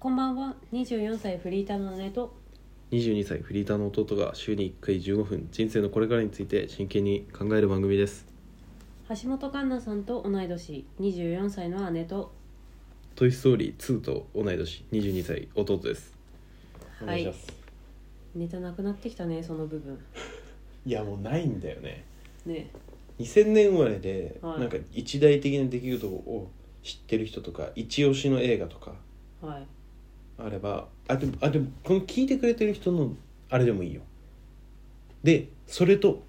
こんばんは。24歳フリーターの姉と 22歳フリーターの弟が週に1回15分人生のこれからについて真剣に考える番組です。 橋本環奈さんと同い年24歳の姉とトイストーリー2と同い年22歳弟です。お願いします。 ネタなくなってきたね、その部分。 いやもうないんだよね。 ね 2000年生まれで、 はい、 なんか一大的な出来事を知ってる人とか一押しの映画とかあれば、でもこの聞いてくれてる人のあれでもいいよ。でそれと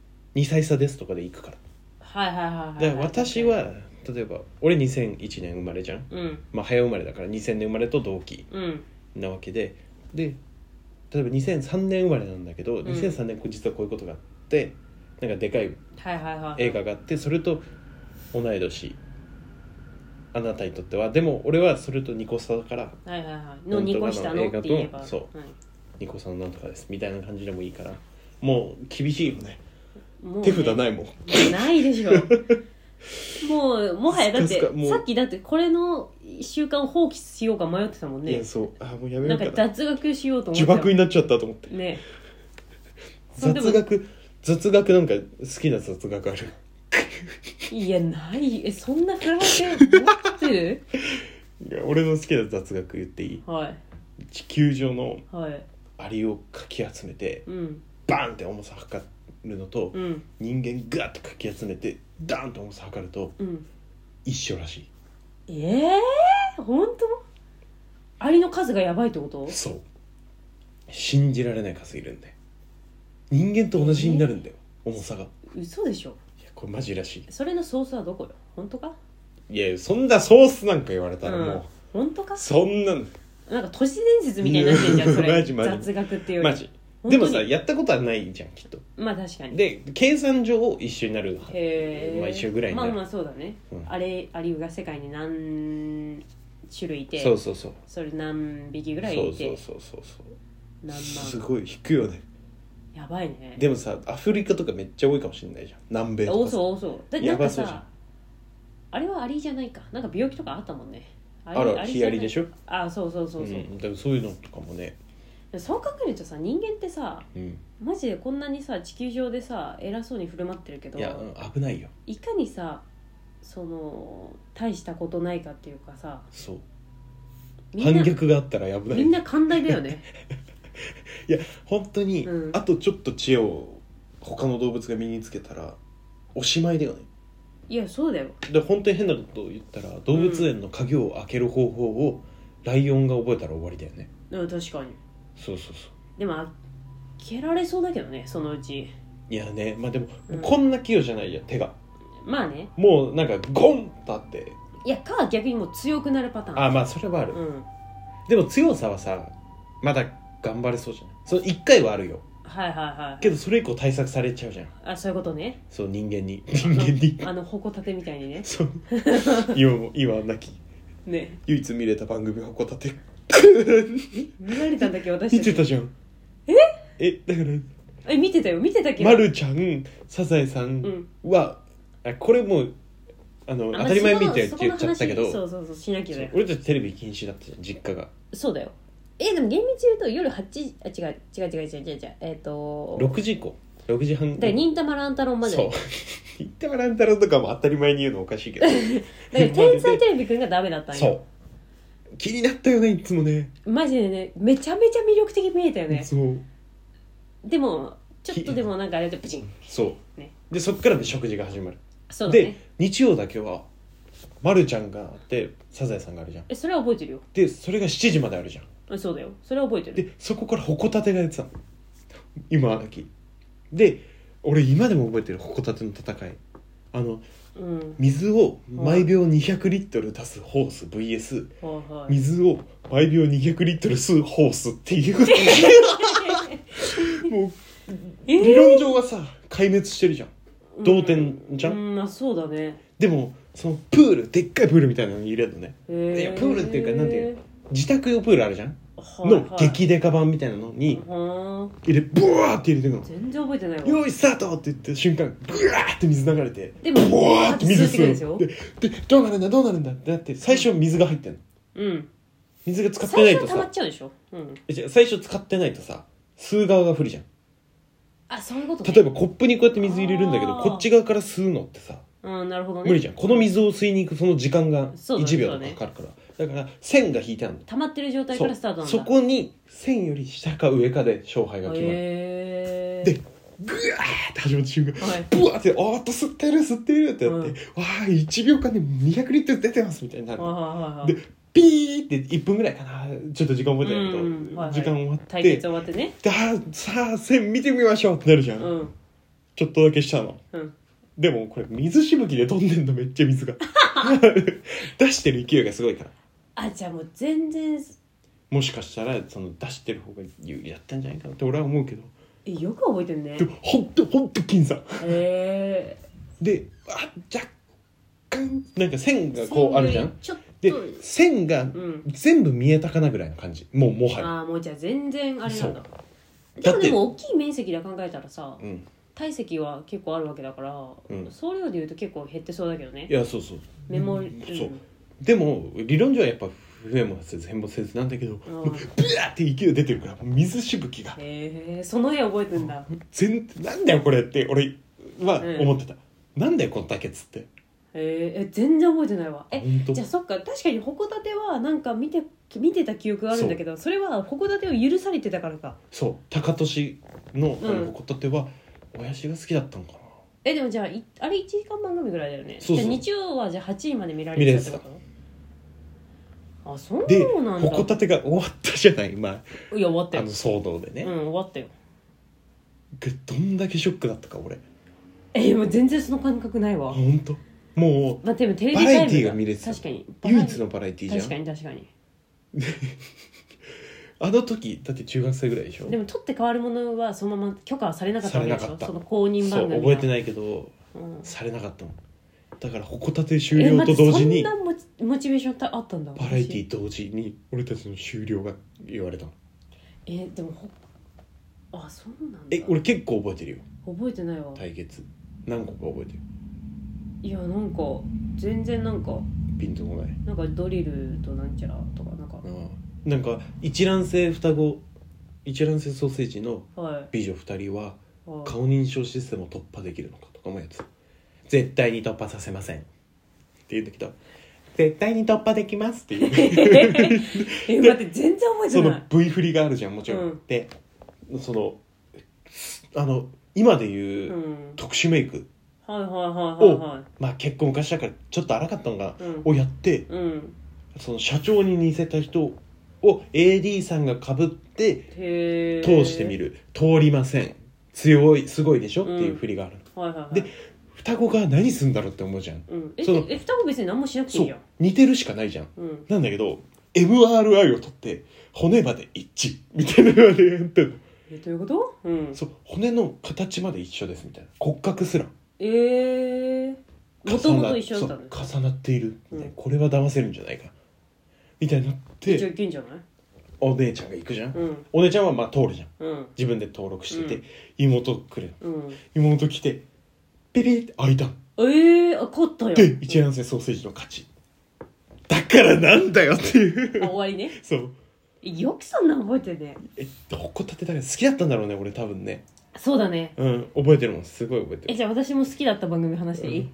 2歳差ですとかでいくから。だから私は例えば俺2001年生まれじゃん、まあ早生まれだから2000年生まれと同期なわけで、で例えば2003年生まれなんだけど、2003年実はこういうことがあって、なんかでかい映画があって、それと同い年あなたにとっては。でも俺はそれと2個差だから、 の2個下のって言えばそう、2個差のなんとかですみたいな感じでもいいから。もう厳しいよね。もうね、手札ないもん。 ないでしょもはやだってさっきだってこれの習慣を放棄しようか迷ってたもんね。 いやそう、もうやめようかな。 なんか雑学しようと思って呪縛になっちゃったと思ってね。雑学なんか好きな雑学ある？ いやない。そんなフランス持ってる？ いや俺の好きな雑学言っていい？地球上のアリをかき集めて、バーンって重さ測るのと、人間ガーッとかき集めてダーンと重さ測ると、一緒らしい。 本当？アリの数がやばいってこと？ そう、信じられない数いるんで、人間と同じになるんだよ、重さが。 嘘でしょ？ いやこれマジらしい。 それのソースはどこよ？本当か？ いやそんなソースなんか言われたらもう、 本当か？ そんななんか都市伝説みたいになってんじゃんそれ。雑学っていうよりマジでもさ、やったことはないじゃんきっと。 まあ確かに。 で計算上一緒になる。まあ一緒ぐらいになる。 まあそうだね、アリが世界に何種類いて、それ何匹ぐらいいて、何万、 すごい引くよね。 やばいね。 でもさアフリカとかめっちゃ多いかもしれないじゃん、南米とか。多そうだってなんかさ、あれはアリじゃないか、なんか病気とかあったもんね。 ヒアリでしょ。 そう、 でもそういうのとかもね。 そう考えるとさ、人間ってさ、マジでこんなにさ地球上でさ偉そうに振る舞ってるけど、 いや危ないよ。 いかにさその大したことないかっていうかさ、 そう反逆があったら危ない。 みんな寛大だよねいや本当に、あとちょっと知恵を他の動物が身につけたらおしまいだよね。 いやそうだよ。 で本当に変なことを言ったら、動物園の鍵を開ける方法をライオンが覚えたら終わりだよね。 確かに。そうでも開けられそうだけどね、そのうち。いやね、まあでも、こんな器用じゃないじゃん手が。 まあね、 もうなんかゴンとあって、 いやか逆にもう強くなるパターン。 まあそれはある、でも強さはさまだ頑張れそうじゃない。その1回はあるよ。けどそれ以降対策されちゃうじゃん。 そういうことね。 そう人間に矛立てみたいにね。 そう今なきね、唯一見れた番組は矛立て見られたんだっけ？私見てたじゃん。だから見てたっけ？ まるちゃん、サザエさんは、これもう当たり前みたいに言っちゃったけど、 そうしなきゃだよ。 俺たちテレビ禁止だったじゃん、実家が。 そうだよ。でも厳密に言うと夜8時、違う 6時以降、6時半。 で忍たま乱太郎まで。 そう忍たま乱太郎とかも当たり前に言うのおかしいけどだから天才テレビくんがダメだったんよ。 そう気になったよね、いつもね。 マジでね、めちゃめちゃ魅力的に見えたよね。 そうでもちょっとでもなんかあれでプチン。 そうね。でそっからで食事が始まる。 そうだね。 で日曜だけはまるちゃんがあってサザエさんがあるじゃん。 それは覚えてるよ。 でそれが7時まであるじゃん。 そうだよ、それは覚えてる。 でそこからホコタテがやってたの、今はなきで。俺今でも覚えてる、ホコタテの戦い。水を毎秒200リットル出すホース vs 水を毎秒200リットル吸うホースっていうもう理論上はさ壊滅してるじゃん、同点じゃん。 そうだね。 でもそのプール、でっかいプールみたいなのに入れるのね。いやプールっていうかなんていうの、自宅用プールあるじゃん、の激デカ版みたいなのに入れ、ブワーって入れてくの。 全然覚えてないわ。 よーいスタートって言って瞬間ブワーって水流れて、 でもブワーって水吸うででどうなるんだってなって、最初水が入ってんの。 水が使ってないとさ最初溜まっちゃうでしょ、うん、 最初使ってないとさ吸う側が不利じゃん。 あ、そういうことね。 例えばコップにこうやって水入れるんだけどこっち側から吸うのってさ、 なるほどね、 無理じゃん。この水を吸いに行くその時間が1秒とかかかるから、だから線が引いてあるの。溜まってる状態からスタートなんだ。 そこに線より下か上かで勝敗が決まる。でグワーって始まった瞬間、ブワーっておーっと吸ってるってやって、わー1秒間で200リットル出てますみたいになる。でピーって1分ぐらいかな、ちょっと時間覚えてないけど、時間終わって対決終わってね、 さあ線見てみましょうってなるじゃん、ちょっとだけしたの、でもこれ水しぶきで飛んでんの、めっちゃ水が出してる勢いがすごいから。 あ、じゃあもう全然もしかしたらその出してる方が有利だったんじゃないかなって俺は思うけど。 よく覚えてるね。 でもほんと僅差。で若干なんか線がこうあるじゃん。で線が全部見えたかなぐらいの感じ、もはや。 もうじゃあ全然あれなんだ。でも大きい面積で考えたらさ、体積は結構あるわけだから、総量でいうと結構減ってそうだけどね。 いやそうそう、 メモリ、 そうでも理論上はやっぱ増えもせず変もせずなんだけど、もうブワーって勢い出てるから水しぶきが、 その絵覚えてんだ。 なんだよこれって俺は思ってた、なんだよこの竹っつって。 全然覚えてないわ。じゃあそっか、確かに矛盾はなんか見てた記憶があるんだけど、それは矛盾を許されてたからか。 そう高俊の矛盾は親父が好きだったのかな。 でもじゃああれ1時間番組ぐらいだよね。 そうそう、 じゃあ日曜はじゃあ8時まで見られてたってこと？あ、そうなんだ。 で矛盾が終わったじゃない、まあ、 いや終わったよ、 騒動でね、 終わったよ。 どんだけショックだったか俺。 もう全然その感覚ないわ。 本当もう、 でもテレビバラエティーが見れてた。 確かに唯一のバラエティーじゃん。 確かにあの時だって中学生ぐらいでしょ。 でも取って変わるものはそのまま許可はされなかったわけでしょ。その公認番組はそう覚えてないけど、されなかったの。だから矛盾終了と同時にそんなモチベーションあったんだ。 バラエティー同時に俺たちの終了が言われたの。 でもそうなんだ。 俺結構覚えてるよ。 覚えてないわ。 対決何個か覚えてる。 いやなんか全然なんかピンとこない。 なんかドリルとなんちゃらとかなんか一卵性ソーセージの美女2人は顔認証システムを突破できるのかとかもやつ、絶対に突破させませんって言うんだけど、絶対に突破できますって言う待って全然覚えてない。 その V 振りがあるじゃんもちろん、でその今でいう特殊メイクを、まあ結構昔だからちょっと荒かったのが、をやって、その社長に似せた人を AD さんが被って通してみる、通りません、強いすごいでしょっていう振りがあるの、で双子が何すんだろうって思うじゃん、 双子別に何もしなくていいじゃん。 似てるしかないじゃん、なんだけど MRI を取って骨まで一致みたいなのでやってるの。 どういうこと？ そう骨の形まで一緒ですみたいな、骨格すらもともと一緒だったん重なっている、これは騙せるんじゃないかみたいになって、 じゃあいけんじゃない？ お姉ちゃんが行くじゃん、お姉ちゃんはまあ通るじゃん、自分で登録してて、妹来る、妹来てピピって開いたの。 勝ったよ。 で一卵性ソーセージの勝ち、だからなんだよっていう終わりね。 そうよくそんな覚えてるね。 矛盾だから好きだったんだろうね俺多分ね。 そうだね。 覚えてるもん、すごい覚えてる。 じゃあ私も好きだった番組話していい？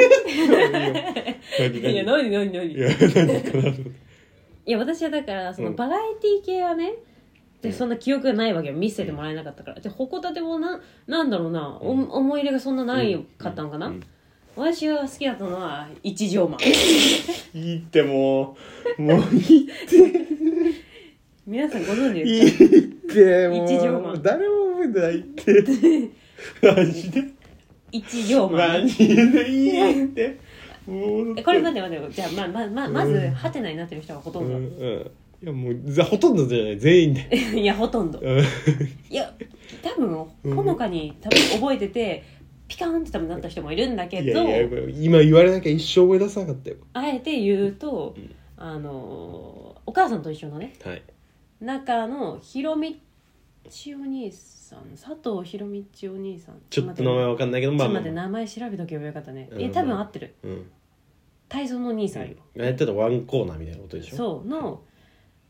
いや何いや何かな。いや私はだからそのバラエティ系はね、でそんな記憶がないわけよ、見せてもらえなかったから。で矛盾もなんだろうな、思い入れがそんなないかったんかな。私が好きだったのは一条マン。 いいってもういいって皆さんご存知ですか？いいってもう一条マン誰も覚えてないってマジで一条マンマジでいいってもうこれ待ってじゃあまずハテナになってる人がほとんど、 いやもうほとんどじゃない全員でいやほとんどいや多分ほのかに多分覚えててピカーンって多分なった人もいるんだけど、 いや今言われなきゃ一生思い出さなかったよ。 あえて言うと、お母さんと一緒のね、中のひろみちお兄さん、佐藤ひろみちお兄さん、 ちょっと名前わかんないけど、 ちょっと待って名前調べとけばよかったね。多分合ってる、体操の兄さんよ、 やってたワンコーナーみたいなことでしょ。 そうの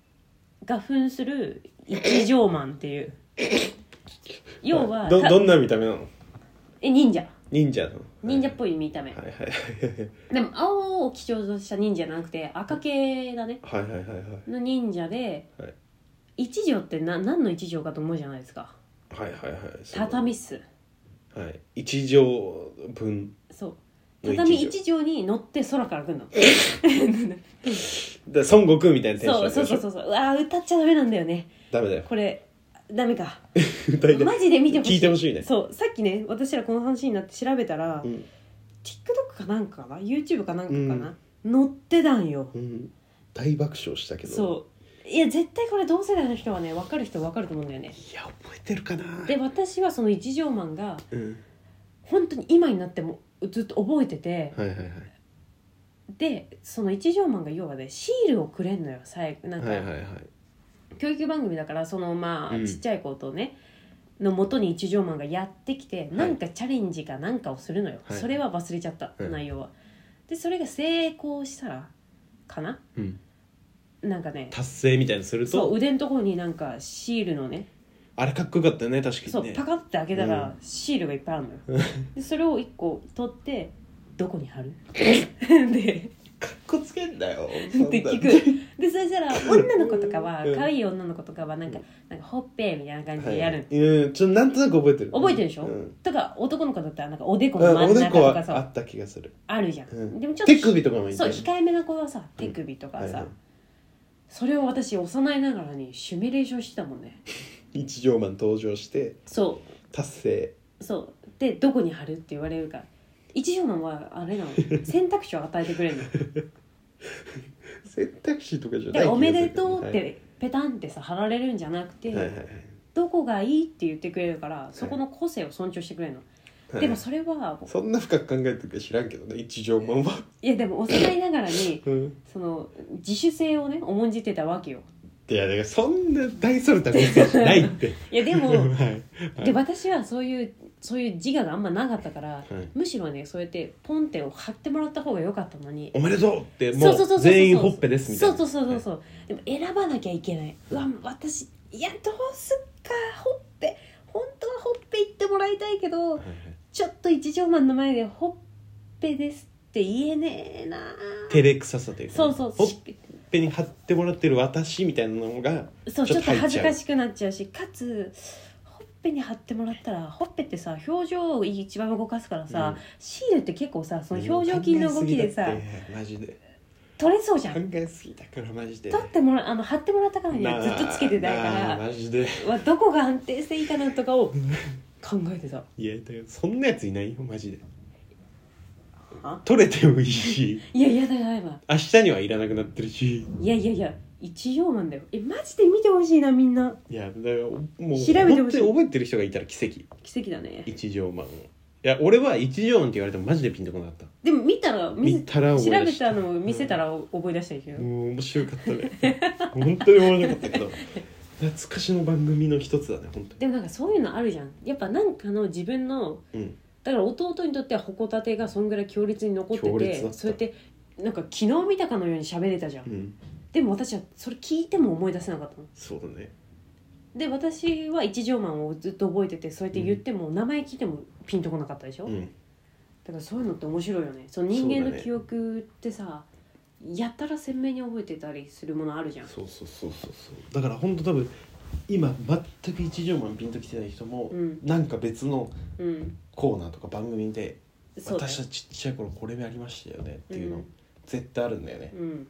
が扮する一条マンっていう要はどんな見た目なの？ 忍者忍者っぽい見た目、 はいはいはいでも青を基調とした忍者じゃなくて赤系だね、 はいはいはいはいの忍者で、 はい、 一条って何の一条かと思うじゃないですか。 はいはいはい、 畳っす。 はい、一条分。 そう畳一条に乗って空から来るのだ孫悟空みたいなテンションでしょ。 そううわ歌っちゃダメなんだよね。 ダメだよこれダメかマジで見てほしい。 聞いてほしいね。 そうさっきね私らこの話になって調べたら、 うん、 TikTok かなんかかな YouTube かなんかかな、乗ってたんよ、 大爆笑したけど。 そういや絶対これ同世代の人はね分かる人分かると思うんだよね。 いや覚えてるかな。 で私はその一条マンが、本当に今になってもずっと覚えてて、 はいはいはい、 でその一条マンが要はねシールをくれんのよ最後なんか、はいはいはい、教育番組だからそのまあ、ちっちゃい子とねの元に一条マンがやってきて、なんかチャレンジかなんかをするのよ、それは忘れちゃった、内容は。でそれが成功したらかな、なんかね達成みたいにするとそう腕のところになんかシールのねあれかっこよかったよね確かにね。 そうパカッて開けたらシールがいっぱいあるのよ、でそれを1個取ってどこに貼るでかっこつけんだよって聞く。でそしたら女の子とかは可愛い女の子とかはなんかほっぺみたいな感じでやる、 ちょっとなんとなく覚えてる。 覚えてるでしょ、とか男の子だったらなんかおでこの真ん中とかさ、 あった気がする。 あるじゃん、でもちょっと手首とかもいいんだよね。 そう控えめな子はさ手首とかさ、それを私幼いながらにシミュレーションしてたもんね。 一条マン登場してそう達成。 そうでどこに貼るって言われるから一条マンはあれなの選択肢を与えてくれるの選択肢とかじゃない気がする。 おめでとうってペタンってさ貼られるんじゃなくて、どこがいいって言ってくれるからそこの個性を尊重してくれるの、でもそれはそんな深く考えてるか知らんけどね一条マンは。 いやでも幼いながらに、その自主性をね重んじてたわけよ。 いやだからそんな大それたメッセージないっていやでも、で私はそういう自我があんまなかったから、むしろねそうやってポンってを貼ってもらった方が良かったのに、 おめでとうってもう全員ほっぺですみたいな。 そう、でも選ばなきゃいけない。うわ私いやどうすっかほっぺ本当はほっぺ言ってもらいたいけど、ちょっと一条マンの前でほっぺですって言えねえな。 照れくささというか、 そうほっぺに貼ってもらってる私みたいなのがちょっと恥ずかしくなっちゃうし、かつほっぺに貼ってもらったらほっぺってさ表情を一番動かすからさ、シールって結構さその表情筋の動きでさ、 マジで取れそうじゃん。 考えすぎだからマジで。 貼ってもらったからにはずっとつけてないからマジでどこが安定していいかなとかを考えてた。 いやだよそんなやついないよマジで。取れてもいいし、 いやいやだよ明日にはいらなくなってるし、 いや一条マンだよ。マジで見てほしいなみんな。 いやだからもう調べてほしい。 覚えてる人がいたら奇跡だね。 一条マン。いや俺は一条マンって言われてもマジでピンとこなかった。 でも見たら思い出した。 調べたのを見せたら覚え出したでしょ。 もう面白かったね本当に面白かったけど懐かしの番組の一つだね本当に。 でもなんかそういうのあるじゃん。やっぱなんかの自分の、だから弟にとってはホコタテがそんぐらい強烈に残ってて、そうやってなんか昨日見たかのように喋れたじゃん、でも私はそれ聞いても思い出せなかったの。 そうだね。 で私は一条マンをずっと覚えてて、そうやって言っても、名前聞いてもピンとこなかったでしょ、だからそういうのって面白いよね。その人間の記憶ってさ、やたら鮮明に覚えてたりするものあるじゃん。 そうだから本当多分今全く一条マンピンときてない人も、なんか別のコーナーとか番組で、私はちっちゃい頃これやりましたよねっていうの、絶対あるんだよね。懐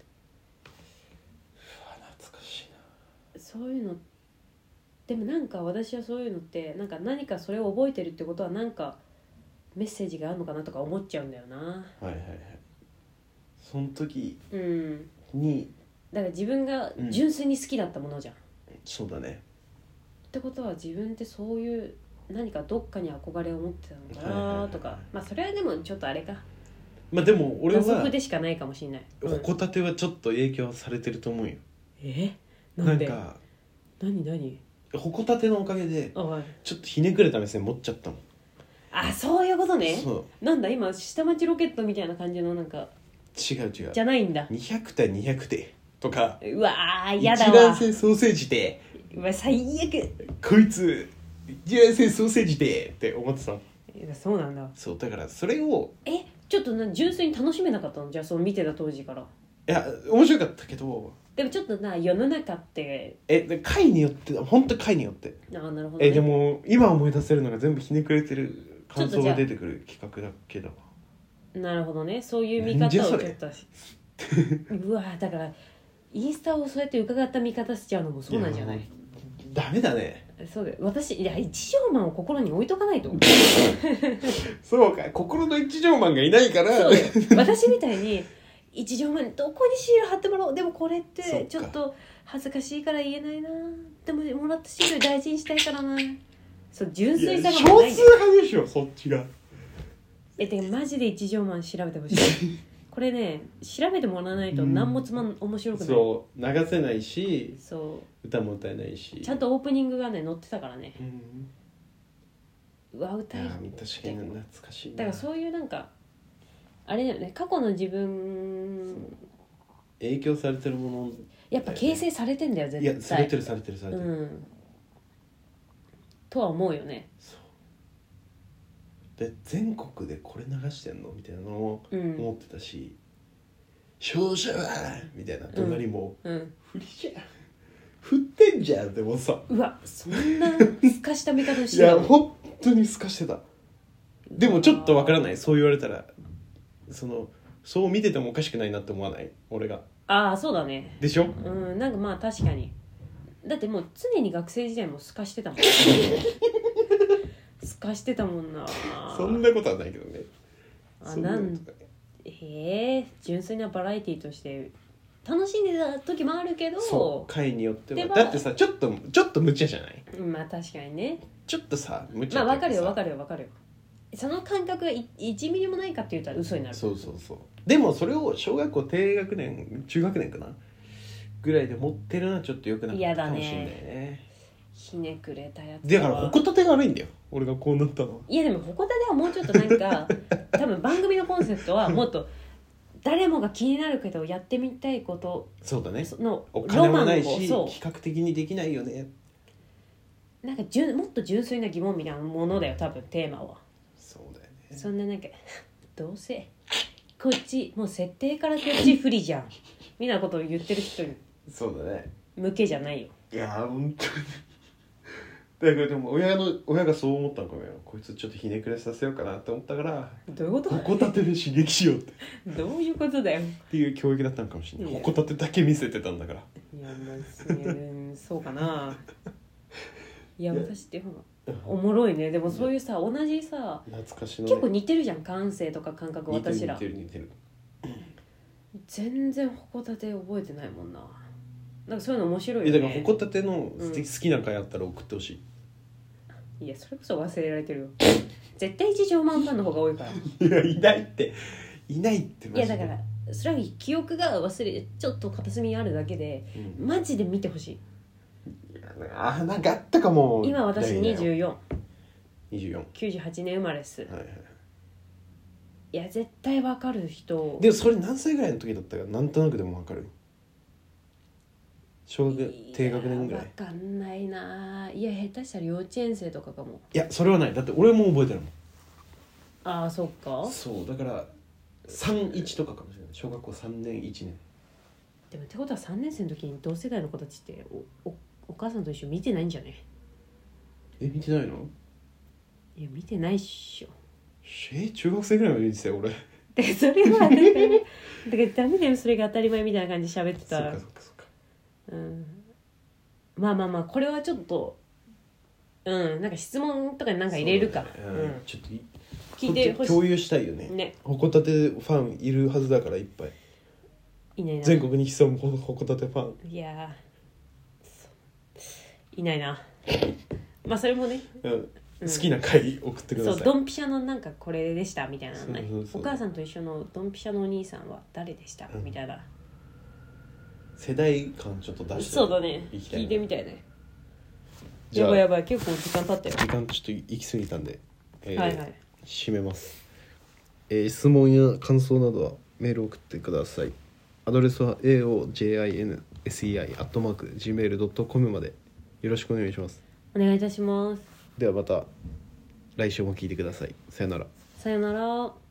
かしいな。 そういうのでもなんか私はそういうのってなんか何かそれを覚えてるってことはなんかメッセージがあるのかなとか思っちゃうんだよな。 その時に、 だから自分が純粋に好きだったものじゃん、 そうだね。 ってことは自分ってそういう何かどっかに憧れを持ってたのかなとか、まあそれはでもちょっとあれか、 まあでも俺は打足でしかないかもしれない。 ホコタテはちょっと影響されてると思うよ。 なんで？ なんか何ホコタテのおかげでちょっとひねくれた目線持っちゃったもん。 あ、そういうことね。 そう。 なんだ今下町ロケットみたいな感じのなんか違うじゃないんだ。 200対200でとか、 うわーやだ一卵わ。 性ソーセージでうわ最悪。 こいつ一卵性ソーセージでって思ってた。 いやそうなんだ。 そうだからそれをちょっと純粋に楽しめなかったのじゃあその見てた当時から。 いや面白かったけど、 でもちょっと世の中ってで回によって本当回によって、 なるほど、ね、 でも今思い出せるのが全部ひねくれてる感想が出てくる企画だけだわ。 なるほどね、そういう見方をちょっとうわだからインスタをそうやって伺った見方しちゃうのもそうなんじゃない？ ダメだね。 そうだよ、私一条マンを心に置いとかないとそうか、心の一条マンがいないから。 そうだよ、私みたいに一条マンにどこにシール貼ってもらおう、でもこれってちょっと恥ずかしいから言えないな、でももらったシール大事にしたいからな、そう純粋さがもうないんだよ。 少数派でしょそっちが。 でマジで一条マン調べてほしいこれね調べてもらわないと何も面白くない、 そう流せないし、 そう歌も歌えないし、 ちゃんとオープニングがね載ってたからね、うわ歌い確かに懐かしいな。 だからそういうなんかあれだよね、過去の自分影響されてるもの、 やっぱ形成されてんだよ絶対。 いやされてる、 とは思うよね。 で全国でこれ流してんのみたいなのを思ってたし、勝者はみたいな隣も、振りじゃん振ってんじゃんってもさ、 うわそんなすかした見方してたの？ いや本当にすかしてた。でもちょっとわからない、そう言われたらそう見ててもおかしくないなって思わない俺が。 ああそうだね。 でしょ。 なんかまあ確かに、だってもう常に学生時代もすかしてたもんすかしてたもんな。 そんなことはないけどね。 純粋なバラエティとして楽しんでた時もあるけど、 そう回によってはだってさちょっと無茶じゃない？ まあ確かにね、 ちょっとさ無茶。 まあわかるよその感覚が1ミリもないかって言ったら嘘になる。 そうでもそれを小学校低学年中学年かなぐらいで持ってるのはちょっと良くなかったかもしれないね。 ひねくれたやつだからほこたてが悪いんだよ俺がこうなったのは。 いやでもほこたてはもうちょっとなんか多分番組のコンセプトはもっと誰もが気になるけどやってみたいこと、 そうだね、 のお金もないし比較的にできないよね、 なんかもっと純粋な疑問みたいなものだよ多分テーマは。 そうだよね。 そんななんかどうせこっちもう設定からこっち不利じゃんみたいなことを言ってる人にそうだね向けじゃないよ。 いや本当にだからでも親がそう思ったのかもよ。こいつちょっとひねくれさせようかなって思ったからどういうこと？ ほこたてで刺激しようってどういうことだよっていう教育だったのかもしれない。ほこたてだけ見せてたんだから。 いやまあそうかないや私っておもろいね。でもそういうさ同じさ懐かしの、ね、 結構似てるじゃん感性とか感覚。私ら似てる全然ほこたて覚えてないもんな。なんかそういうの面白いよね。 だからほこたての好きな回あったら送ってほしい、 いやそれこそ忘れられてるよ絶対一条マンファンの方が多いからいやいないってマジで。 いやだからそれは記憶が忘れちょっと片隅にあるだけで、マジで見てほしい。 なんかあったかも。 今私24 98 年生まれです、いや絶対わかる人。 でもそれ何歳ぐらいの時だったかなんとなくでもわかる？小学低学年ぐらい？ わかんないな。いや下手したら幼稚園生とかかも。 いやそれはない。だって俺も覚えてるもん。 ああそっか。 そうだから31とかかもしれない。小学校3年1年でもってことは3年生の時に同世代の子たちってお母さんと一緒見てないんじゃね？ 見てないの？ いや見てないっしょ。 中学生ぐらいまで見てたよ俺。 でそれはだからダメだよそれが当たり前みたいな感じで喋ってたら。そっかまあこれはちょっとなんか質問とかになんか入れるか、 ちょっと聞いてほしい。 共有したいよね。ほこたてファンいるはずだからいっぱい。 いないな。 全国に潜むほこたてファン。 いやいないな。まあそれもね、 好きな回送ってください。 そうドンピシャのなんかこれでしたみたいなのね。お母さんと一緒のドンピシャのお兄さんは誰でした、みたいな。 世代感ちょっと出して。 そうだね。聞いてみたいね。やばい結構時間経ってる。 時間ちょっと行き過ぎたんで、 はい締めます。質問や感想などはメール送ってください。 アドレスは aojinSei@gmail.com までよろしくお願いします。 お願いいたします。 ではまた来週も聞いてください。さよなら。 さよなら。